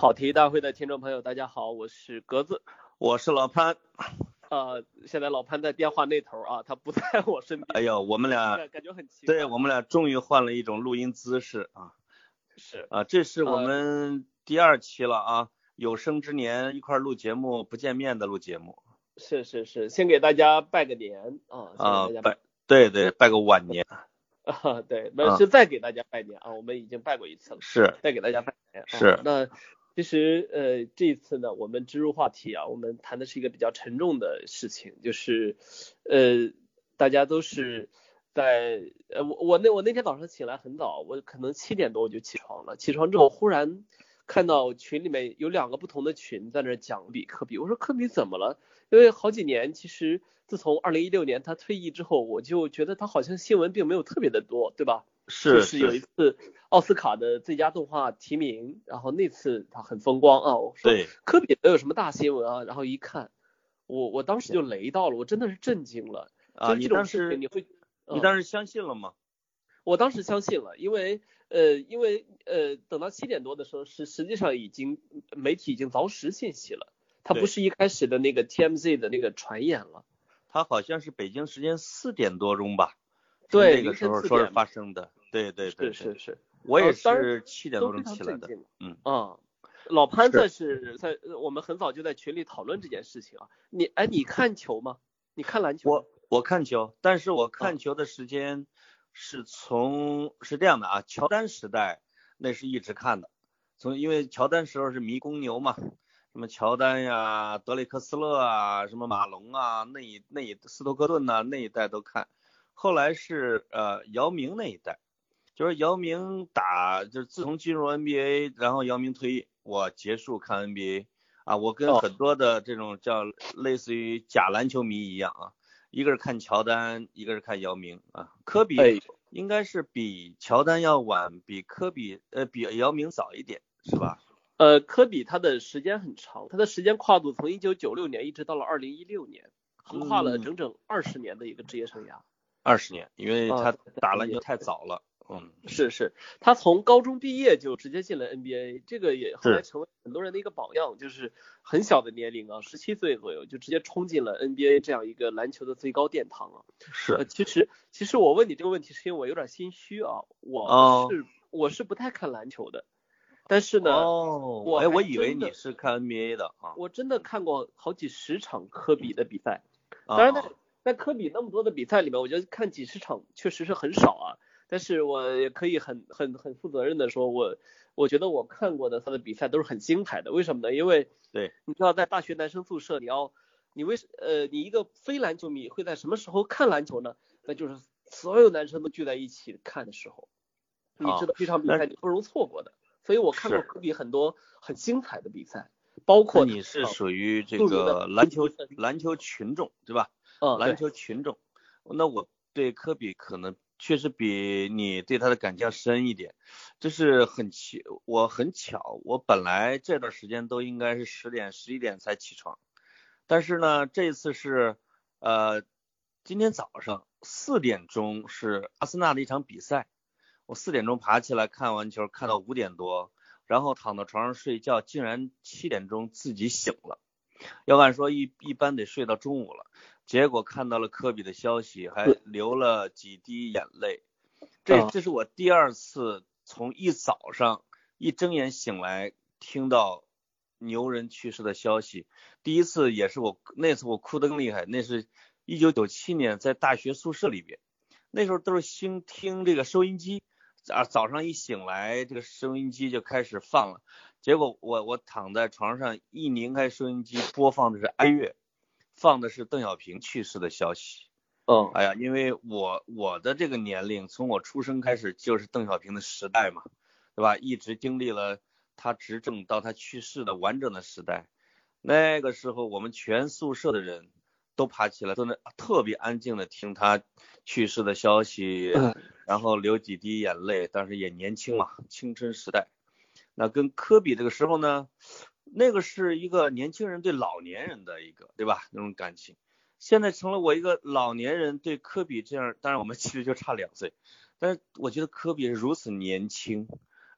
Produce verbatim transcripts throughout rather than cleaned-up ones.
跑题大会的听众朋友，大家好，我是格子， 我是老潘。 呃，现在老潘在电话那头啊，他不在我身边。 哎呦，我们俩感感觉很奇怪。 对，我们俩终于换了一种录音姿势啊。 是啊，这是我们第二期了啊，呃、有生之年一块录节目，不见面的录节目。 是是是，先给大家拜个年啊， 啊， 先给大家拜，对对，拜个晚年。 啊，对，那是再给大家拜年啊，我们已经拜过一次了， 是， 再给大家拜年。 是， 啊、那其实呃这一次呢，我们植入话题啊，我们谈的是一个比较沉重的事情，就是呃大家都是在呃我我那我那天早上起来很早，我可能七点多我就起床了，起床之后忽然看到群里面有两个不同的群在那讲比科比，我说科比怎么了？因为好几年其实自从二零一六年他退役之后，我就觉得他好像新闻并没有特别的多，对吧？ 是， 就是有一次奥斯卡的最佳动画提名，然后那次他很风光啊。我说科比能有什么大新闻啊？然后一看，我我当时就雷到了，我真的是震惊了。 啊， 就这种事情你会， 你当时相信了吗？ 我当时相信了，因为呃，因为呃，等到七点多的时候，是实际上已经媒体已经凿实信息了，它不是一开始的那个 T M Z 的那个传言了。 它好像是北京时间四点多钟吧？ 对， 那个时候说是发生的。对对对， 是是是， 我也是七点多钟起来的。 嗯啊，老潘在是在我们很早就在群里讨论这件事情啊。你哎，你看球吗？你看篮球？ 我我看球，但是我看球的时间是从是这样的啊，乔丹时代那是一直看的，从因为乔丹时候是迷公牛嘛，什么乔丹呀、德雷克斯勒啊、什么马龙啊，那一那一斯托克顿呐、啊、那一代都看。后来是呃姚明那一代，就是姚明打，就是自从进入 N B A， 然后姚明退役，我结束看 N B A 啊。我跟很多的这种叫类似于假篮球迷一样啊，一个是看乔丹，一个是看姚明啊。科比应该是比乔丹要晚，比科比呃比姚明早一点，是吧？ 呃，科比他的时间很长，他的时间跨度从一九九六年一直到了二零一六年，横跨了整整二十年的一个职业生涯。 二十年，因为他打篮球太早了。嗯， 是是，他从高中毕业就直接进了 N B A， 这个也后来成为很多人的一个榜样，就是很小的年龄啊，十七岁左右就直接冲进了 N B A 这样一个篮球的最高殿堂啊。 是， 呃，其实其实我问你这个问题是因为我有点心虚啊，我是、哦、我是不太看篮球的，但是呢， 哦， 我哎，我以为你是看 N B A 的啊。 我真的看过好几十场科比的比赛，当然在、哦、在科比那么多的比赛里面，我觉得看几十场确实是很少啊。但是我也可以很很很负责任的说，我我觉得我看过的他的比赛都是很精彩的。为什么呢？因为对， 你知道在大学男生宿舍，你要你为呃你一个非篮球迷会在什么时候看篮球呢？那就是所有男生都聚在一起看的时候，你知道这场比赛你不容错过的。所以我看过科比很多很精彩的比赛，包括你是属于这个篮球篮球群众对吧？ 嗯， 篮球群众。那我对科比可能确实比你对他的感情深一点，就是很奇，我很巧，我本来这段时间都应该是十点十一点才起床，但是呢，这次是呃今天早上四点钟是阿森纳的一场比赛，我四点钟爬起来看完球，看到五点多，然后躺到床上睡觉，竟然七点钟自己醒了，要按说一一般得睡到中午了。结果看到了科比的消息，还流了几滴眼泪。这这是我第二次从一早上一睁眼醒来听到牛人去世的消息。第一次也是我那次我哭得更厉害，那是一九九七年在大学宿舍里边，那时候都是新听这个收音机啊，早上一醒来这个收音机就开始放了。结果我我躺在床上一拧开收音机，播放的是哀乐。放的是邓小平去世的消息。 嗯， 哎呀，因为我我的这个年龄，从我出生开始就是邓小平的时代嘛，对吧？一直经历了他执政到他去世的完整的时代。那个时候，我们全宿舍的人都爬起来，都那特别安静的听他去世的消息，然后流几滴眼泪。当时也年轻嘛，青春时代。那跟科比这个时候呢？那个是一个年轻人对老年人的一个，对吧？那种感情。现在成了我一个老年人对科比这样，当然我们其实就差两岁，但是我觉得科比是如此年轻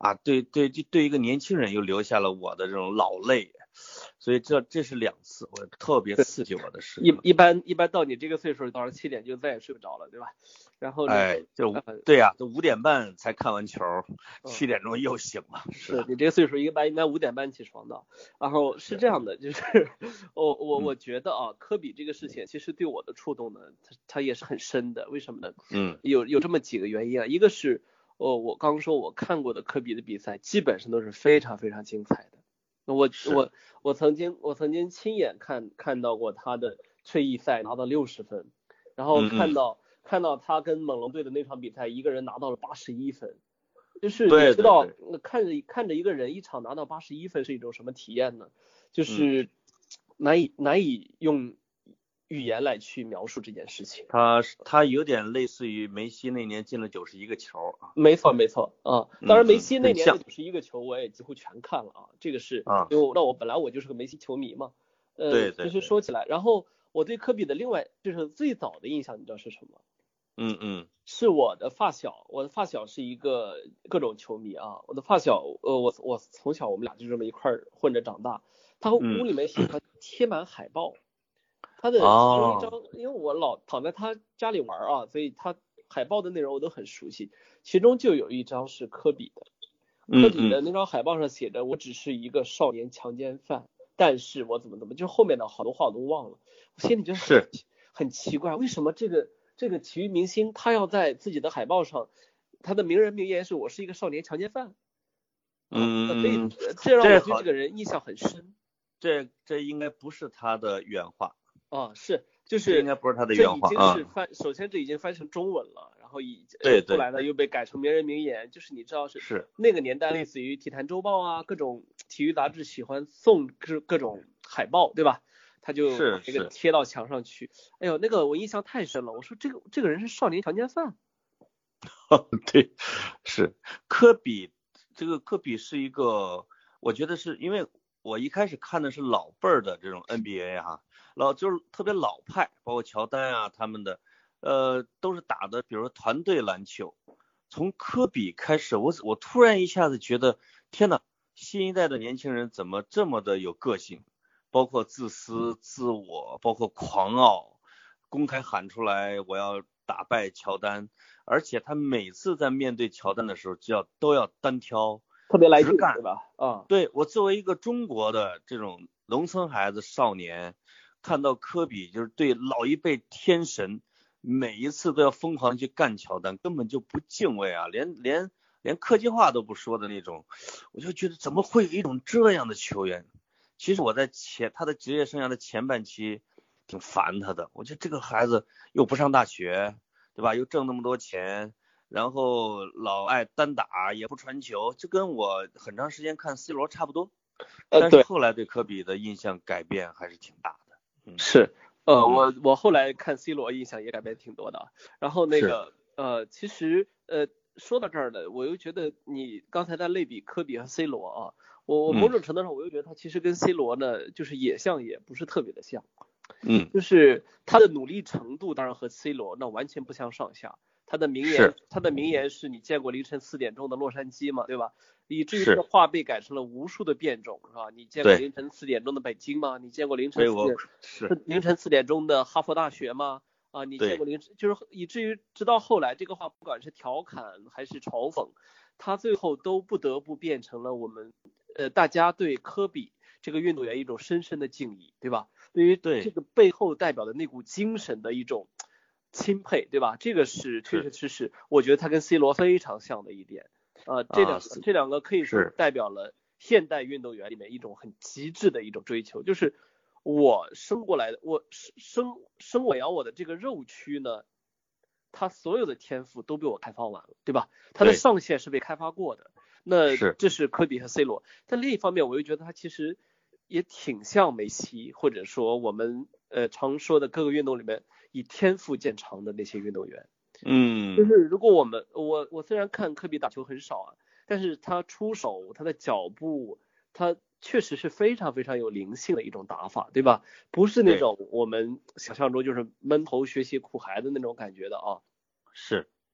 啊，对对，就对一个年轻人又留下了我的这种老泪，所以这这是两次我特别刺激我的事。 一一般一般到你这个岁数，到上七点就再也睡不着了，对吧？然后呢？ 哎，就、 呃、 对呀、啊，都五点半才看完球，七、 嗯、 点钟又醒了。 是, 是你这个岁数，一般应该五点半起床的。然后是这样的，就是我我我觉得啊，科比这个事情其实对我的触动呢，它它也是很深的。为什么呢？ 嗯， 有有这么几个原因啊，一个是哦，我刚说我看过的科比的比赛，基本上都是非常非常精彩的。我我我曾经我曾经亲眼看看到过他的退役赛拿到六十分，然后看到、嗯、看到他跟猛龙队的那场比赛，一个人拿到了八十一分，就是你知道看着看着一个人一场拿到八十一分是一种什么体验呢？就是难以、嗯、难以用语言来去描述这件事情。 他他有点类似于梅西那年进了九十一个球啊。 没错没错啊，当然梅西那年的九十一个球我也几乎全看了啊，这个是啊，因为那我本来我就是个梅西球迷嘛。呃， 对对。 其实说起来，然后我对科比的另外就是最早的印象，你知道是什么？ 嗯嗯， 是我的发小，我的发小是一个各种球迷啊，我的发小，呃，我我从小我们俩就这么一块混着长大，他屋里面喜欢贴满海报。他的其中一张、哦，因为我老躺在他家里玩啊，所以他海报的内容我都很熟悉。其中就有一张是科比的，科比的那张海报上写着：“我只是一个少年强奸犯，但是我怎么怎么，就后面的好多话我都忘了。”我心里就很很奇怪，为什么这个这个体育明星他要在自己的海报上，他的名人名言是我是一个少年强奸犯？ 嗯， 所以这让我对这个人印象很深。 这这应该不是他的原话。 啊，是，就是应该不是他的原话， 这已经是翻、嗯，首先这已经翻成中文了，然后以对对， 后来呢又被改成名人名言，就是你知道是是那个年代类似于体坛周报啊，各种体育杂志喜欢送各各种海报，对吧？他就那个贴到墙上去，哎呦，那个我印象太深了，我说这个这个人是少年强奸犯。 对，是科比，这个科比是一个，我觉得是因为我一开始看的是老辈儿的这种 N B A 哈。老就是特别老派，包括乔丹啊他们的，呃，都是打的，比如说团队篮球。从科比开始，我我突然一下子觉得，天哪，新一代的年轻人怎么这么的有个性，包括自私、自我，包括狂傲，公开喊出来我要打败乔丹，而且他每次在面对乔丹的时候，就要都要单挑， 特别来劲，对吧？啊， 对，我作为一个中国的这种农村孩子少年。看到科比就是对老一辈天神，每一次都要疯狂去干乔丹，根本就不敬畏啊，连连连客气话都不说的那种，我就觉得怎么会有一种这样的球员？其实我在前他的职业生涯的前半期挺烦他的，我觉得这个孩子又不上大学，对吧？又挣那么多钱，然后老爱单打，也不传球，就跟我很长时间看 C 罗差不多。但是后来对科比的印象改变还是挺大的。 是，呃，我我后来看 C 罗印象也改变挺多的。然后那个，呃，其实，呃，说到这儿呢，我又觉得你刚才在类比科比和 C 罗啊，我我某种程度上我又觉得他其实跟 C 罗呢，就是也像也不是特别的像， 嗯， 就是他的努力程度当然和 C 罗那完全不相上下。他的名言，他的名言是你见过凌晨四点钟的洛杉矶吗？对吧？以至于这个话被改成了无数的变种，是吧？你见过凌晨四点钟的北京吗？你见过凌晨四点是凌晨四点钟的哈佛大学吗？啊，你见过凌晨就是以至于直到后来这个话不管是调侃还是嘲讽，他最后都不得不变成了我们呃大家对科比这个运动员一种深深的敬意，对吧？对于这个背后代表的那股精神的一种钦佩，对吧？这个是确确实实，我觉得他跟 C 罗非常像的一点。呃，这两个、啊、这两个可以说代表了现代运动员里面一种很极致的一种追求，就是我生过来的，我生生我养我的这个肉躯呢，他所有的天赋都被我开发完了，对吧？他的上限是被开发过的。那这是科比和 C 罗，但另一方面，我又觉得他其实也挺像梅西，或者说我们呃常说的各个运动里面以天赋见长的那些运动员。 嗯， 就是如果我们我我虽然看科比打球很少啊，但是他出手，他的脚步，他确实是非常非常有灵性的一种打法，对吧？不是那种我们想象中就是闷头学习苦孩的那种感觉的啊。 是，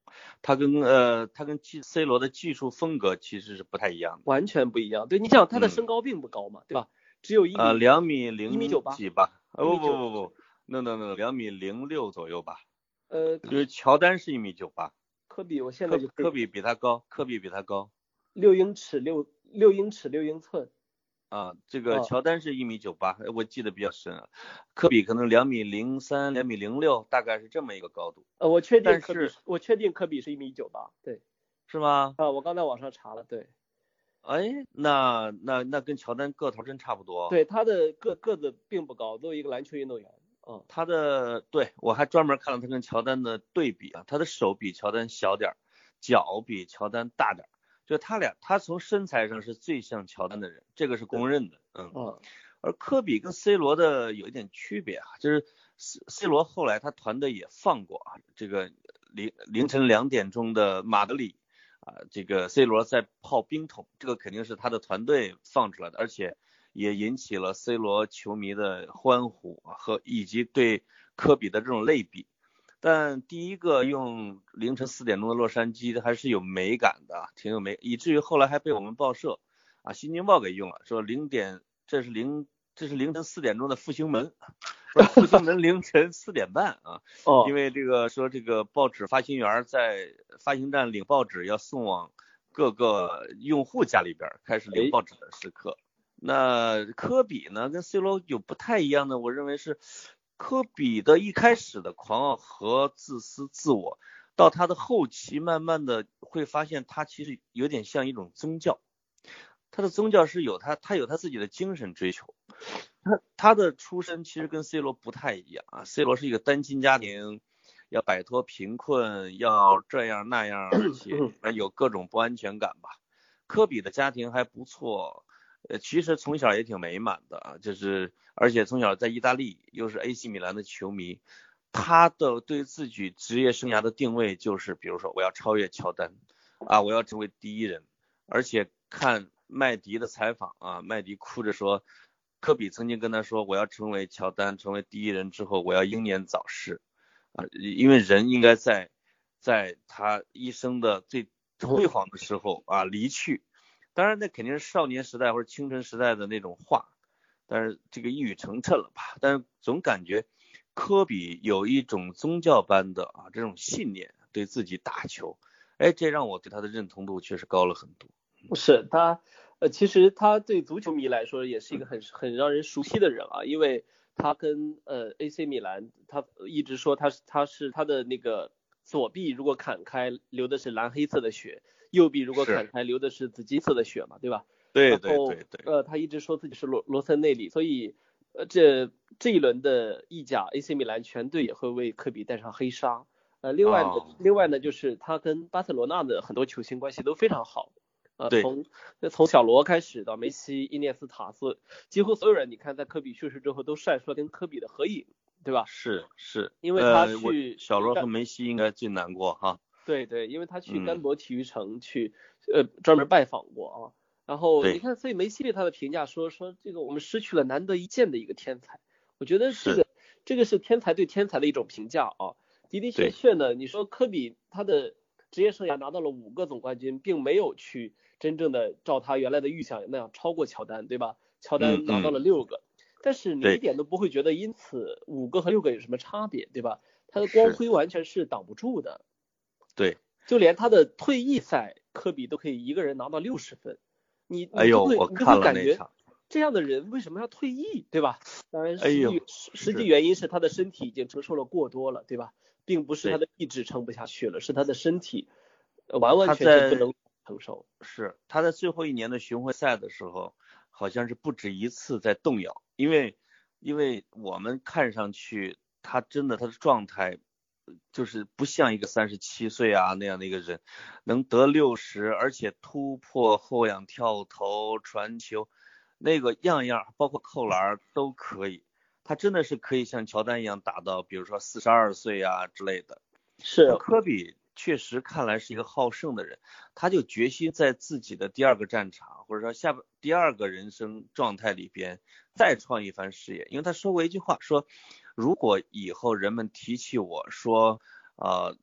他跟呃他跟 C 罗的技术风格其实是不太一样的， 完全不一样。对，你想他的嗯身高并不高嘛，对吧？只有一呃米两米一米九八， 零几吧，呃不一米九， 不不不，no no no 两米零六左右吧， 呃， 就是乔丹是一米九八， 科比我现在科就可以科比比他高，科比比他高六英尺六六英尺六英寸啊，这个啊， 乔丹是一米九八，我记得比较深啊，科比可能两米零三两米零六，大概是这么一个高度， 呃，我确定但是科比是，我确定科比是一米九八，对， 是吗？ 啊，我刚在网上查了，对， 哎，那那那跟乔丹个头真差不多。 对，他的个个子并不高，作为一个篮球运动员，啊， 他的对我还专门看了他跟乔丹的对比啊，他的手比乔丹小点儿，脚比乔丹大点儿，就他俩，他从身材上是最像乔丹的人，这个是公认的，嗯。 啊， 而科比跟 C 罗的有一点区别啊，就是 C C 罗后来他团队也放过啊，这个凌凌晨两点钟的马德里啊，这个 C 罗在泡冰桶，这个肯定是他的团队放出来的，而且也引起了 C 罗球迷的欢呼和以及对科比的这种类比。但第一个用凌晨四点钟的洛杉矶还是有美感的，挺有美，以至于后来还被我们报社啊，新京报给用了，说零点这是零这是凌晨四点钟的复兴门，不是复兴门凌晨四点半啊， 哦， 因为这个说这个报纸发行员在发行站领报纸要送往各个用户家里边开始领报纸的时刻。那科比呢跟 C 罗有不太一样的，我认为是科比的一开始的狂傲和自私自我，到他的后期慢慢的会发现他其实有点像一种宗教，他的宗教是有他他有他自己的精神追求，他他的出身其实跟 C 罗不太一样啊 ，C 罗是一个单亲家庭，要摆脱贫困，要这样那样，而且有各种不安全感吧。科比的家庭还不错，呃，其实从小也挺美满的啊，就是而且从小在意大利又是 A C 米兰的球迷，他的对自己职业生涯的定位就是，比如说我要超越乔丹啊，我要成为第一人，而且看麦迪的采访啊，麦迪哭着说，科比曾经跟他说，我要成为乔丹，成为第一人之后，我要英年早逝啊，因为人应该在在他一生的最辉煌的时候啊离去。当然那肯定是少年时代或者青春时代的那种话，但是这个一语成谶了吧，但是总感觉科比有一种宗教般的啊这种信念，对自己打球，哎，这让我对他的认同度确实高了很多。 是他，呃，其实他对足球迷来说也是一个很很让人熟悉的人啊，因为他跟呃 A C 米兰，他一直说他是他是他的那个左臂如果砍开流的是蓝黑色的血，右臂如果砍开流的是紫金色的血嘛，对吧？ 对然后对对对， 呃他一直说自己是罗罗森内里，所以呃这这一轮的意甲 A C 米兰全队也会为科比戴上黑纱。呃，另外呢， 哦， 另外呢，就是他跟巴塞罗那的很多球星关系都非常好。呃， 对， 从从小罗开始到梅西、伊涅斯塔斯，几乎所有人，你看在科比去世之后都晒出了跟科比的合影，对吧？ 是是， 因为他呃，我去小罗和干， 梅西应该最难过哈， 对对，因为他去甘嗯， 博体育城去，呃，专门拜访过啊。然后你对， 看，所以梅西对他的评价说说这个我们失去了难得一见的一个天才，我觉得这是， 个这个是天才对天才的一种评价啊。的的确对， 确呢，你说科比他的职业生涯拿到了五个总冠军，并没有去真正的照他原来的预想那样超过乔丹，对吧？乔丹拿到嗯嗯， 了六个，但是你一对， 点都不会觉得因此五个和六个有什么差别，对吧？他的光是， 辉完全是挡不住的。 对， 就连他的退役赛，科比都可以一个人拿到六十分，你哎呦， 你就会你就会我看了感觉那场， 这样的人为什么要退役，对吧？当然， 哎呦， 实际实际是， 原因是他的身体已经承受了过多了，对吧？并不是他对， 的意志撑不下去了，是他的身体完完他在全全不能承受。 是他在最后一年的巡回赛的时候，好像是不止一次在动摇，因为因为我们看上去他真的他的状态就是不像一个三十七岁啊那样的一个人，能得六十，而且突破、后仰跳投、传球，那个样样包括扣篮都可以，他真的是可以像乔丹一样打到比如说四十二岁啊之类的。但是， 科比确实看来是一个好胜的人，他就决心在自己的第二个战场，或者说下第二个人生状态里边再创一番事业。因为他说过一句话，说如果以后人们提起我说，呃，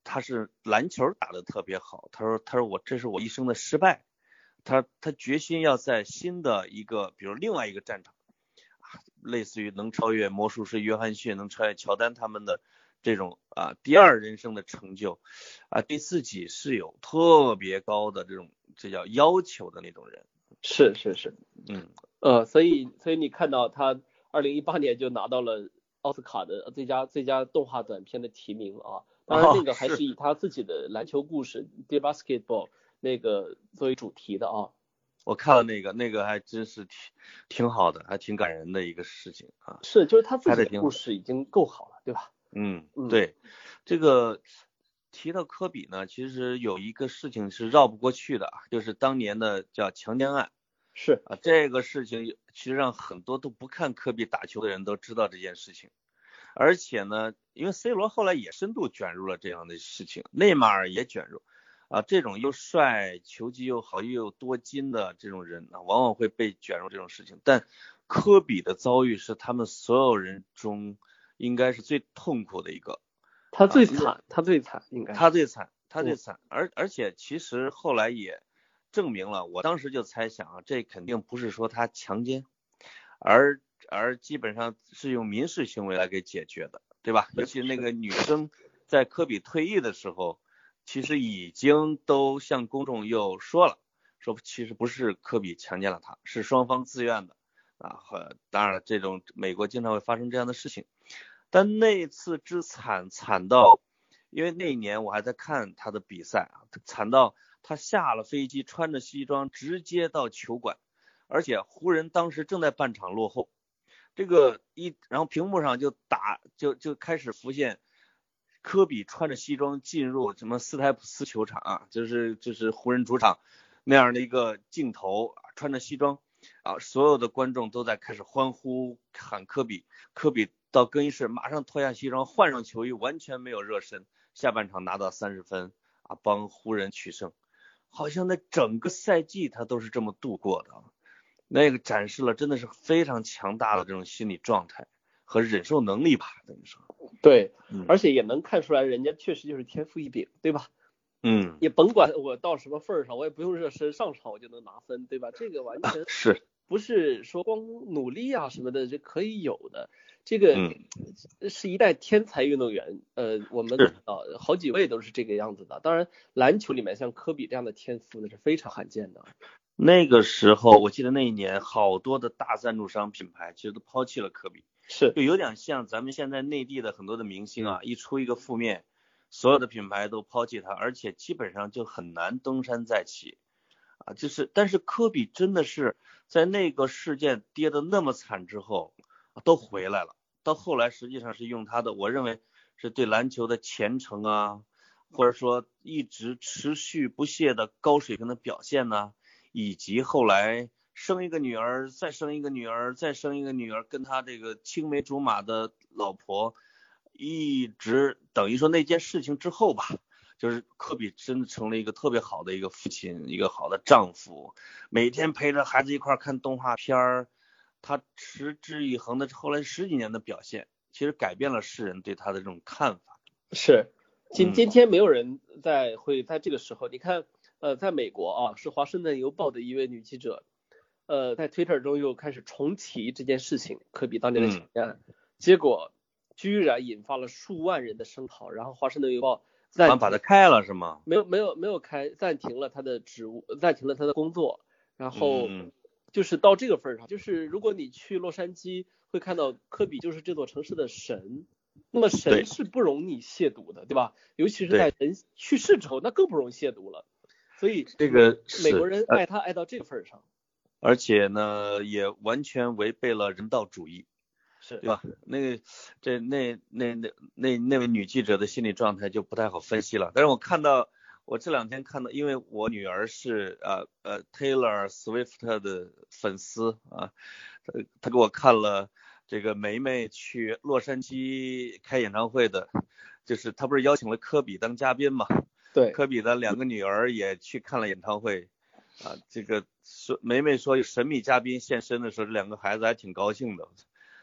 他是篮球打得特别好，他说他说我这是我一生的失败，他他决心要在新的一个比如另外一个战场，类似于能超越魔术师约翰逊，能超越乔丹他们的这种啊第二人生的成就啊，对自己是有特别高的这种这叫要求的那种人。 是是是， 嗯呃，所以所以你看到他二零一八年就拿到了奥斯卡的最佳最佳动画短片的提名啊，当然那个还是以他自己的篮球故事《Dear Basketball》那个作为主题的啊。 我看了那个，那个还真是挺挺好的，还挺感人的一个事情啊。 是，就是他自己的故事已经够好了，对吧？ 嗯，对，这个提到科比呢，其实有一个事情是绕不过去的啊，就是当年的叫强奸案。 是啊，这个事情其实让很多都不看科比打球的人都知道这件事情，而且呢，因为 C 罗后来也深度卷入了这样的事情，内马尔也卷入。啊，这种又帅、球技又好、又有多金的这种人啊，往往会被卷入这种事情。但科比的遭遇是他们所有人中应该是最痛苦的一个。 他最惨，啊、他最惨，应该他最惨，他最惨。而而且其实后来也证明了，我当时就猜想啊，这肯定不是说他强奸，而而基本上是用民事行为来给解决的，对吧？尤其那个女生在科比退役的时候。其实已经都向公众又说了，说其实不是科比强奸了他，是双方自愿的啊。和当然了，这种美国经常会发生这样的事情，但那次之惨惨到，因为那一年我还在看他的比赛啊，惨到他下了飞机穿着西装直接到球馆，而且湖人当时正在半场落后，这个一然后屏幕上就打就就开始浮现。科比穿着西装进入什么斯台普斯球场啊，就是就是湖人主场那样的一个镜头，穿着西装啊，所有的观众都在开始欢呼喊科比，科比到更衣室马上脱下西装换上球衣，完全没有热身，下半场拿到三十分啊，帮湖人取胜，好像那整个赛季他都是这么度过的，那个展示了真的是非常强大的这种心理状态和忍受能力吧，等于说。 对，而且也能看出来人家确实就是天赋异禀，对吧？ 嗯， 也甭管我到什么份上，我也不用热身，上场我就能拿分，对吧？这个完全是不是说光努力啊什么的这可以有的，这个是一代天才运动员。呃，我们啊好几位都是这个样子的。当然，篮球里面像科比这样的天赋那是非常罕见的。 那个时候，我记得那一年，好多的大赞助商品牌其实都抛弃了科比， 是就有点像咱们现在内地的很多的明星啊，一出一个负面，所有的品牌都抛弃他，而且基本上就很难东山再起啊。就是，但是科比真的是在那个事件跌得那么惨之后，都回来了。到后来实际上是用他的，我认为是对篮球的虔诚啊，或者说一直持续不懈的高水平的表现呢、啊。以及后来生一个女儿，再生一个女儿，再生一个女儿，跟他这个青梅竹马的老婆，一直等于说那件事情之后吧，就是科比真的成了一个特别好的一个父亲，一个好的丈夫，每天陪着孩子一块看动画片儿，他持之以恒的后来十几年的表现，其实改变了世人对他的这种看法。 是，今今天没有人在会在这个时候，你看。呃，在美国啊，是华盛顿邮报的一位女记者，呃，在 Twitter 中又开始重提这件事情，科比当年的强奸案，嗯、结果居然引发了数万人的声讨，然后华盛顿邮报暂停， 把他开了是吗？ 没有没有没有开，暂停了他的职务，暂停了他的工作，然后就是到这个份上，就是如果你去洛杉矶，会看到科比就是这座城市的神。那么神是不容易亵渎的，对吧？尤其是在人去世之后，那更不容易亵渎了。所以这个美国人爱他爱到这个份上， 而且呢，也完全违背了人道主义， 是对吧？那个这那那那那那位女记者的心理状态就不太好分析了。但是我看到，我这两天看到，因为我女儿是呃呃 Taylor Swift 的粉丝啊，她她给我看了这个梅梅去洛杉矶开演唱会的，就是她不是邀请了科比当嘉宾嘛？ 对， 科比的两个女儿也去看了演唱会，啊，这个说梅梅说有神秘嘉宾现身的时候，这两个孩子还挺高兴的。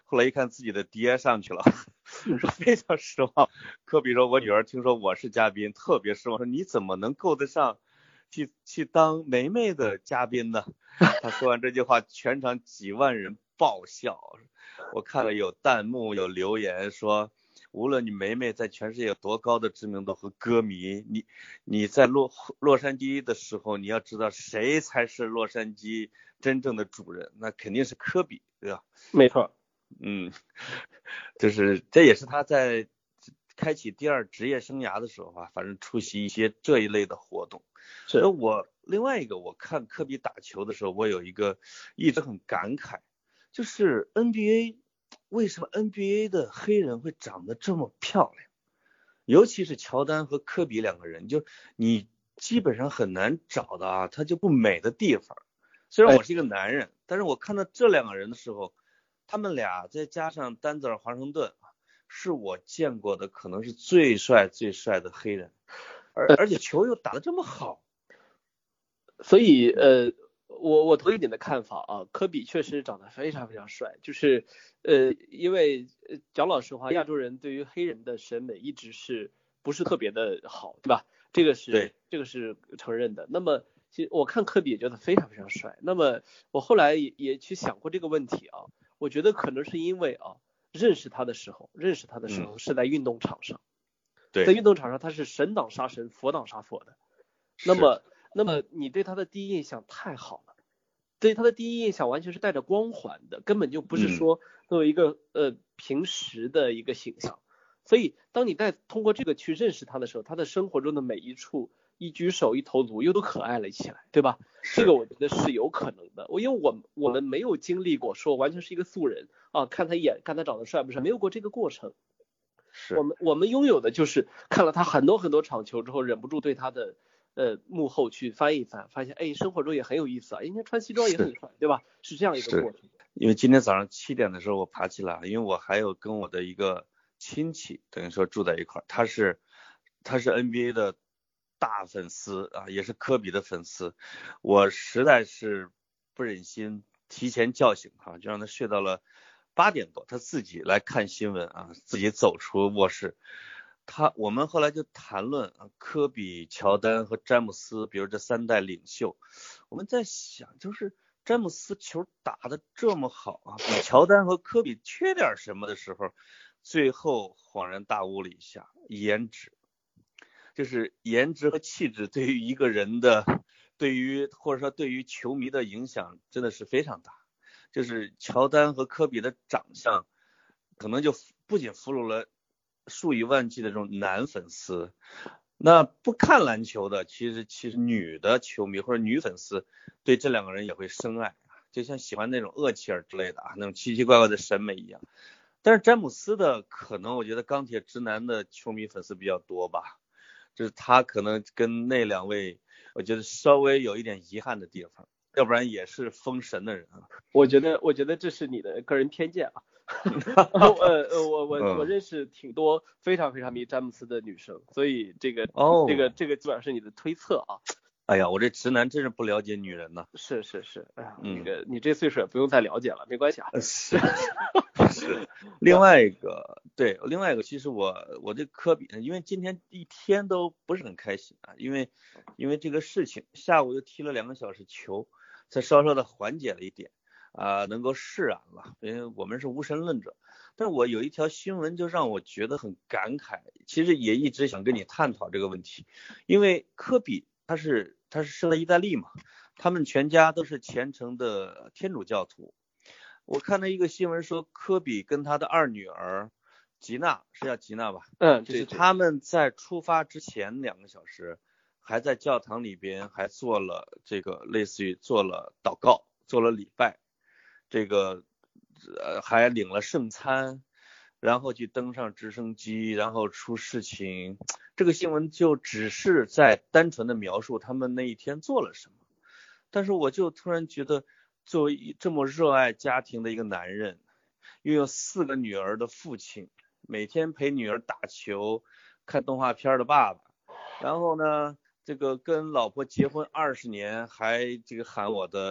后来一看自己的爹上去了，说非常失望。科比说我女儿听说我是嘉宾特别失望，说你怎么能够得上去去当梅梅的嘉宾呢？他说完这句话，全场几万人爆笑。我看了有弹幕有留言说，无论你梅梅在全世界有多高的知名度和歌迷，你你在洛洛杉矶的时候，你要知道谁才是洛杉矶真正的主人，那肯定是科比，对吧？ 没错。 嗯，就是这也是他在开启第二职业生涯的时候啊，反正出席一些这一类的活动。 是我另外一个，我看科比打球的时候，我有一个一直很感慨，就是 N B A 为什么 N B A 的黑人会长得这么漂亮，尤其是乔丹和科比两个人，就你基本上很难找到啊他就不美的地方。虽然我是一个男人，但是我看到这两个人的时候，他们俩再加上丹泽尔华盛顿，是我见过的可能是最帅最帅的黑人，而而且球又打得这么好。 所以呃，我我同意你的看法啊，科比确实长得非常非常帅，就是呃，因为讲老实话，亚洲人对于黑人的审美一直是不是特别的好，对吧？这个是这个是承认的。那么其实我看科比也觉得非常非常帅。那么我后来也也去想过这个问题啊，我觉得可能是因为啊，认识他的时候，认识他的时候是在运动场上， 对， 在运动场上他是神挡杀神，佛挡杀佛的。那么那么你对他的第一印象太好了，对他的第一印象完全是带着光环的，根本就不是说作为一个、嗯、呃平时的一个形象。所以当你在通过这个去认识他的时候，他的生活中的每一处，一举手一投足又都可爱了起来，对吧？这个我觉得是有可能的。我因为我我们没有经历过说完全是一个素人啊，看他一眼看他长得帅不帅，没有过这个过程。我们我们拥有的就是看了他很多很多场球之后，忍不住对他的呃幕后去翻一翻，发现哎生活中也很有意思啊，应该穿西装也很帅，对吧？是这样一个过程。 因为今天早上七点的时候我爬起来，因为我还有跟我的一个亲戚等于说住在一块儿，他是他是 N B A 的大粉丝啊，也是科比的粉丝，我实在是不忍心提前叫醒他，就让他睡到了八点多，他自己来看新闻啊，自己走出卧室。他我们后来就谈论啊，科比、乔丹和詹姆斯，比如这三代领袖，我们在想，就是詹姆斯球打得这么好啊，比乔丹和科比缺点什么的时候，最后恍然大悟了一下，颜值，就是颜值和气质对于一个人的，对于或者说对于球迷的影响真的是非常大。就是乔丹和科比的长相，可能就不仅俘虏了数以万计的这种男粉丝，那不看篮球的，其实其实女的球迷或者女粉丝对这两个人也会深爱，就像喜欢那种厄齐尔之类的啊，那种奇奇怪怪的审美一样。但是詹姆斯的可能我觉得钢铁直男的球迷粉丝比较多吧，就是他可能跟那两位我觉得稍微有一点遗憾的地方，要不然也是封神的人啊。 我觉得我觉得这是你的个人偏见啊。呃我我我认识挺多非常非常迷詹姆斯的女生，所以这个、哦、这个这个基本上是你的推测啊。 哎呀，我这直男真是不了解女人呢。 是是是，哎呀，那个、嗯、你这岁数也不用再了解了，没关系啊。 是是。另外一个，对，另外一个，其实我我这科比，因为今天一天都不是很开心啊，因为因为这个事情，下午又踢了两个小时球，才稍稍的缓解了一点啊、呃，能够释然了。因为我们是无神论者，但我有一条新闻就让我觉得很感慨，其实也一直想跟你探讨这个问题，因为科比他是他是生在意大利嘛，他们全家都是虔诚的天主教徒。我看到一个新闻说，科比跟他的二女儿吉娜，是叫吉娜吧？ 嗯， 就是他们在出发之前两个小时，还在教堂里边还做了这个类似于做了祷告，做了礼拜，这个呃还领了圣餐，然后去登上直升机，然后出事情。这个新闻就只是在单纯的描述他们那一天做了什么，但是我就突然觉得，作为这么热爱家庭的一个男人，拥有四个女儿的父亲，每天陪女儿打球看动画片的爸爸，然后呢这个跟老婆结婚二十年还这个喊我的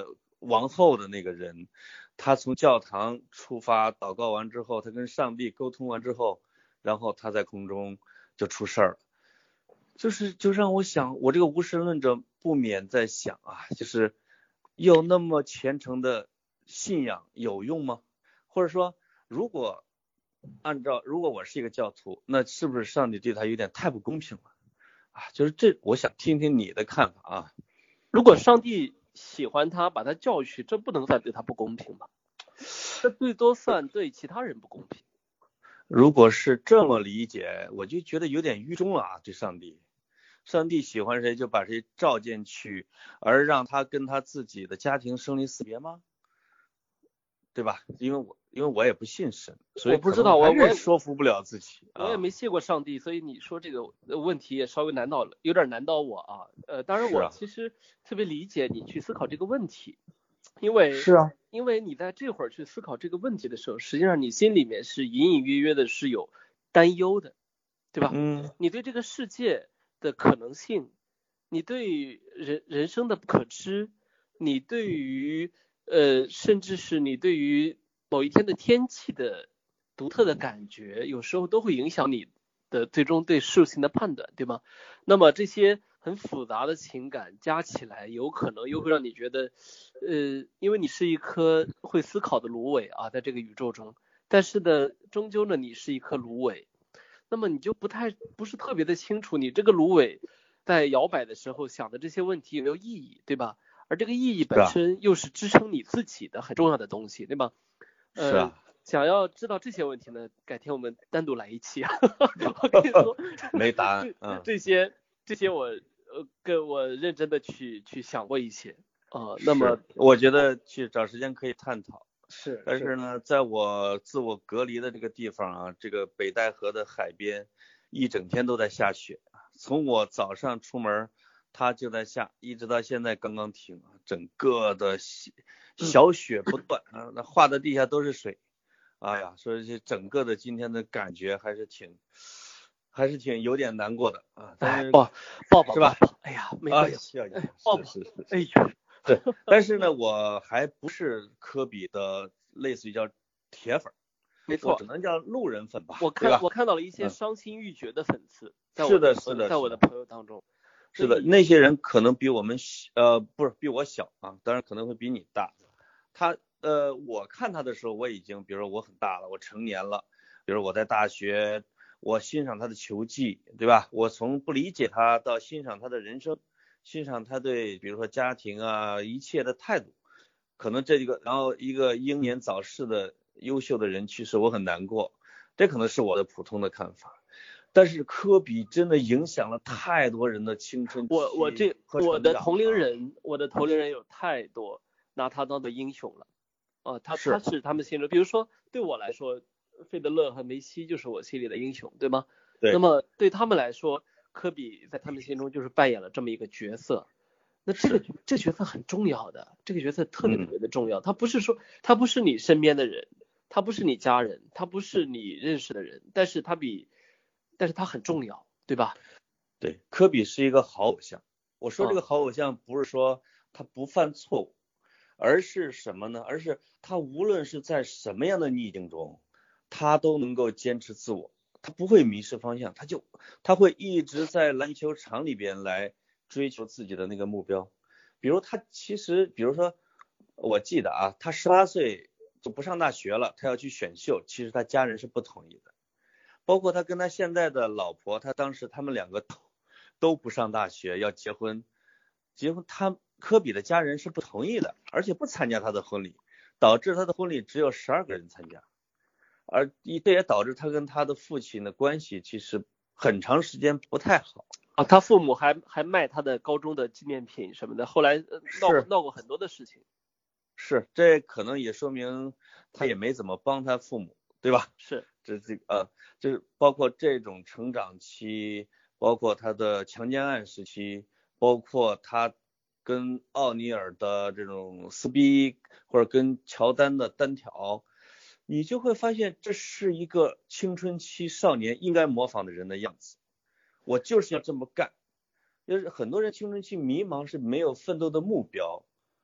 王后的那个人，他从教堂出发，祷告完之后，他跟上帝沟通完之后，然后他在空中就出事儿了。就是就让我想，我这个无神论者不免在想啊，就是有那么虔诚的信仰有用吗？或者说，如果按照如果我是一个教徒，那是不是上帝对他有点太不公平了啊？就是这，我想听听你的看法啊。 如果上帝喜欢他，把他叫去，这不能算对他不公平吧？这最多算对其他人不公平。 如果是这么理解，我就觉得有点愚忠了啊，对上帝。上帝喜欢谁就把谁召进去，而让他跟他自己的家庭生离死别吗？对吧？因为我因为我也不信神，所以我不知道，我我也说服不了自己。 我也没信过上帝，所以你说这个问题也稍微难倒了，有点难倒我啊。呃，当然我其实特别理解你去思考这个问题，因为是啊， 因为你在这会儿去思考这个问题的时候，实际上你心里面是隐隐约约的是有担忧的，对吧？ 嗯， 你对这个世界的可能性，你对人人生的不可知，你对于呃，甚至是你对于某一天的天气的独特的感觉，有时候都会影响你的最终对事情的判断，对吗？那么这些很复杂的情感加起来，有可能又会让你觉得，呃，因为你是一颗会思考的芦苇啊，在这个宇宙中，但是呢，终究呢，你是一颗芦苇，那么你就不太不是特别的清楚，你这个芦苇在摇摆的时候想的这些问题有没有意义，对吧？而这个意义本身又是支撑你自己的很重要的东西，对吧？ 呃、是啊。 想要知道这些问题呢，改天我们单独来一期啊。我跟你说， 没答案。嗯， 这些这些我呃跟我认真的去去想过一些啊、呃。那么我觉得去找时间可以探讨。 是， 但是呢，在我自我隔离的这个地方啊，这个北戴河的海边，一整天都在下雪。从我早上出门，它就在下，一直到现在刚刚停，整个的小雪不断啊，那画的地下都是水。哎呀，所以这整个的今天的感觉还是挺，还是挺有点难过的啊。但是抱抱抱是吧？ 哎呀，没关系， 哎呀， 抱抱， 是是是， 哎呦， 对。但是呢，我还不是科比的类似于叫铁粉， 没错， 我只能叫路人粉吧。 我看我看到了一些伤心欲绝的粉丝，在是的，是的， 在我的朋友当中。 是的，那些人可能比我们呃不是比我小啊，当然可能会比你大。他呃，我看他的时候，我已经，比如说我很大了，我成年了，比如我在大学，我欣赏他的球技，对吧？我从不理解他到欣赏他的人生，欣赏他对比如说家庭啊一切的态度，可能这一个，然后一个英年早逝的优秀的人去世，我很难过，这可能是我的普通的看法。但是科比真的影响了太多人的青春期我我这我的同龄人，我的同龄人有太多拿他当做英雄了。哦，他他是他们心中，比如说对我来说，费德勒和梅西就是我心里的英雄，对吗？ 对。 那么对他们来说，科比在他们心中就是扮演了这么一个角色。那这个这个角色很重要的，这个角色特别特别的重要。他不是说他不是你身边的人，他不是你家人，他不是你认识的人，但是他比，但是他很重要，对吧？ 对，科比是一个好偶像。我说这个好偶像不是说他不犯错误。而是什么呢？而是他无论是在什么样的逆境中，他都能够坚持自我，他不会迷失方向，他就他会一直在篮球场里边来追求自己的那个目标。比如他其实，比如说我记得啊，他十八岁就不上大学了，他要去选秀，其实他家人是不同意的。包括他跟他现在的老婆，他当时他们两个都都不上大学要结婚，结婚他。科比的家人是不同意的，而且不参加他的婚礼，导致他的婚礼只有十二个人参加，而这也导致他跟他的父亲的关系其实很长时间不太好啊。他父母还还卖他的高中的纪念品什么的，后来闹闹过很多的事情。 是，这可能也说明他也没怎么帮他父母，对吧？ 是， 这这呃，就是包括这种成长期，包括他的强奸案时期，包括他跟奥尼尔的这种撕逼，或者跟乔丹的单挑，你就会发现这是一个青春期少年应该模仿的人的样子。我就是要这么干。就是很多人青春期迷茫是没有奋斗的目标，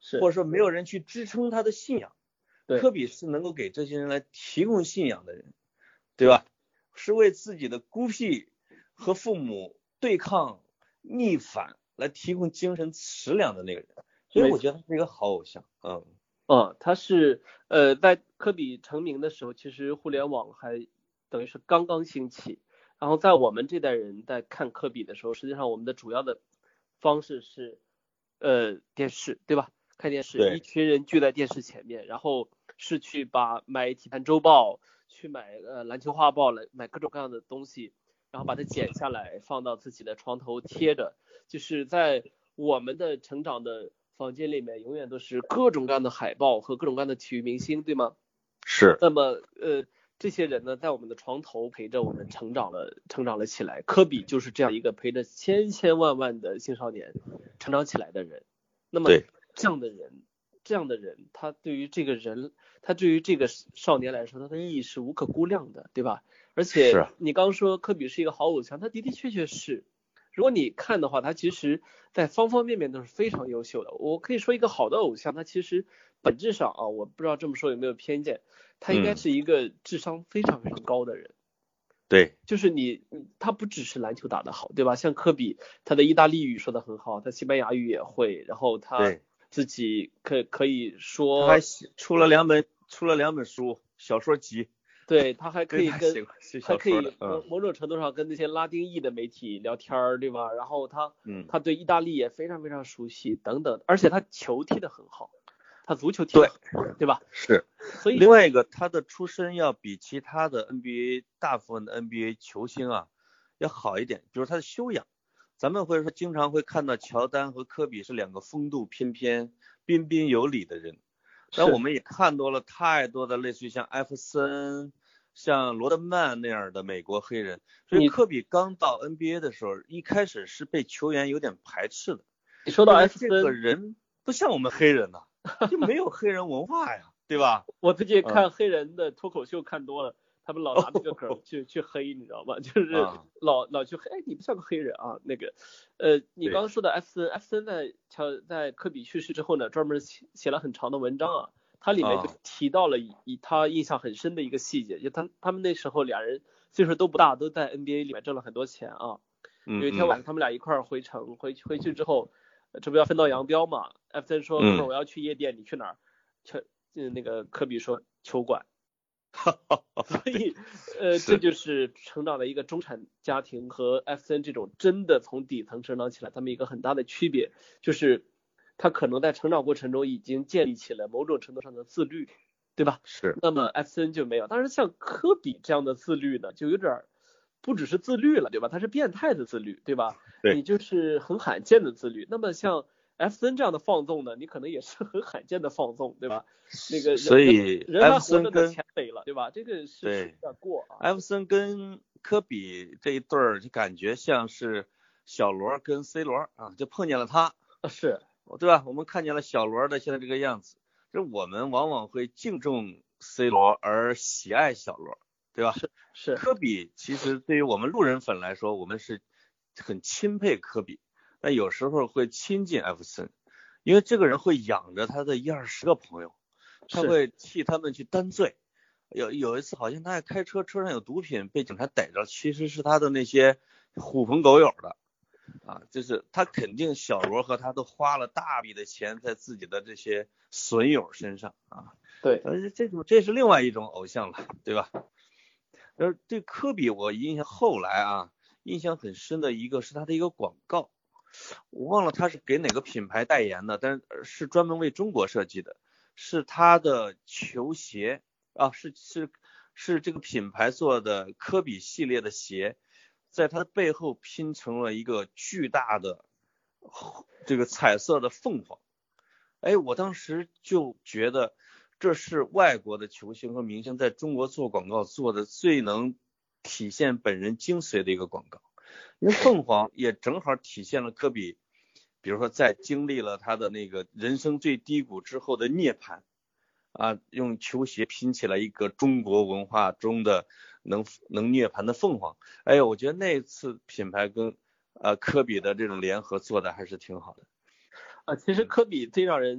是， 或者说没有人去支撑他的信仰。 对， 科比是能够给这些人来提供信仰的人，对吧？是为自己的孤僻和父母对抗逆反来提供精神食粮的那个人，所以我觉得他是一个好偶像。嗯， 哦，他是呃，在科比成名的时候，其实互联网还等于是刚刚兴起。然后在我们这代人在看科比的时候，实际上我们的主要的方式是呃电视，对吧？看电视，一群人聚在电视前面，然后是去把买体坛周报，去买呃篮球画报来买各种各样的东西，然后把它剪下来放到自己的床头贴着。就是在我们的成长的房间里面，永远都是各种各样的海报和各种各样的体育明星，对吗？ 是。 那么呃这些人呢，在我们的床头陪着我们成长了，成长了起来。科比就是这样一个陪着千千万万的青少年成长起来的人。那么这样的人，这样的人，他对于这个人，他对于这个少年来说，他的意义是无可估量的，对吧？而且你刚说科比是一个好偶像，他的的确确是。如果你看的话，他其实在方方面面都是非常优秀的。我可以说一个好的偶像，他其实本质上啊，我不知道这么说有没有偏见，他应该是一个智商非常非常高的人。 对， 就是你，他不只是篮球打得好，对吧？像科比，他的意大利语说得很好，他西班牙语也会，然后他自己可可以说， 他还出了两本出了两本书，小说集。 对，他还可以跟还可以某某种程度上跟那些拉丁裔的媒体聊天，对吧？然后他， 嗯， 他对意大利也非常非常熟悉等等，而且他球踢得很好，他足球踢得很好，对吧？ 是。 所以另外一个，他的出身要比其他的 N B A 大部分的 N B A 球星啊要好一点，比如他的修养。咱们会说经常会看到乔丹和科比是两个风度翩翩、彬彬有礼的人，但我们也看多了太多的类似于像艾弗森、像罗德曼那样的美国黑人，所以科比刚到 N B A 的时候，一开始是被球员有点排斥的。 你说到艾弗森，这个人不像我们黑人呐、啊，就没有黑人文化呀，对吧？ 我最近看黑人的脱口秀看多了，他们老拿那个梗去、哦、去黑，你知道吗？就是老、啊、老去黑，哎，你不像个黑人啊，那个，呃，你刚刚说的艾弗森，艾弗森在乔在科比去世之后呢，专门写写了很长的文章啊。他里面就提到了以以他印象很深的一个细节，就他他们那时候俩人岁数都不大，都在 N B A 里面挣了很多钱啊。有一天晚上他们俩一块儿回城，回回去之后，这不要分道扬镳嘛？艾弗森说：“哥们儿，我要去夜店，你去哪儿？”去那个科比说：“球馆。”所以呃，这就是成长的一个中产家庭和艾弗森这种真的从底层成长起来，他们一个很大的区别就是。他可能在成长过程中已经建立起了某种程度上的自律，对吧？ 是。 那么艾弗森就没有，但是像科比这样的自律呢，就有点不只是自律了，对吧？他是变态的自律，对吧？ 对。 你就是很罕见的自律。那么像艾弗森这样的放纵呢，你可能也是很罕见的放纵，对吧？那个所以人还活着的钱没了，对吧？这个是有点过啊。 艾弗森跟科比这一对儿，就感觉像是小罗跟 C 罗啊，就碰见了他， 是。 对吧？我们看见了小罗的现在这个样子，这我们往往会敬重 C 罗而喜爱小罗，对吧？ 是是。 科比其实对于我们路人粉来说，我们是很钦佩科比，但有时候会亲近艾弗森，因为这个人会养着他的一二十个朋友，他会替他们去担罪。有有一次好像他还开车，车上有毒品被警察逮着，其实是他的那些狐朋狗友的。啊，就是他肯定小罗和他都花了大笔的钱在自己的这些损友身上啊。 对， 呃，这种这是另外一种偶像了，对吧？而对科比我印象后来啊，印象很深的一个是他的一个广告，我忘了他是给哪个品牌代言的，但是是专门为中国设计的，是他的球鞋啊，是是是这个品牌做的科比系列的鞋。在它的背后拼成了一个巨大的这个彩色的凤凰，哎，我当时就觉得这是外国的球星和明星在中国做广告做的最能体现本人精髓的一个广告，因为凤凰也正好体现了科比，比如说在经历了他的那个人生最低谷之后的涅槃啊，用球鞋拼起来一个中国文化中的能能涅槃的凤凰。哎呦，我觉得那次品牌跟呃科比的这种联合做的还是挺好的。 啊，其实科比最让人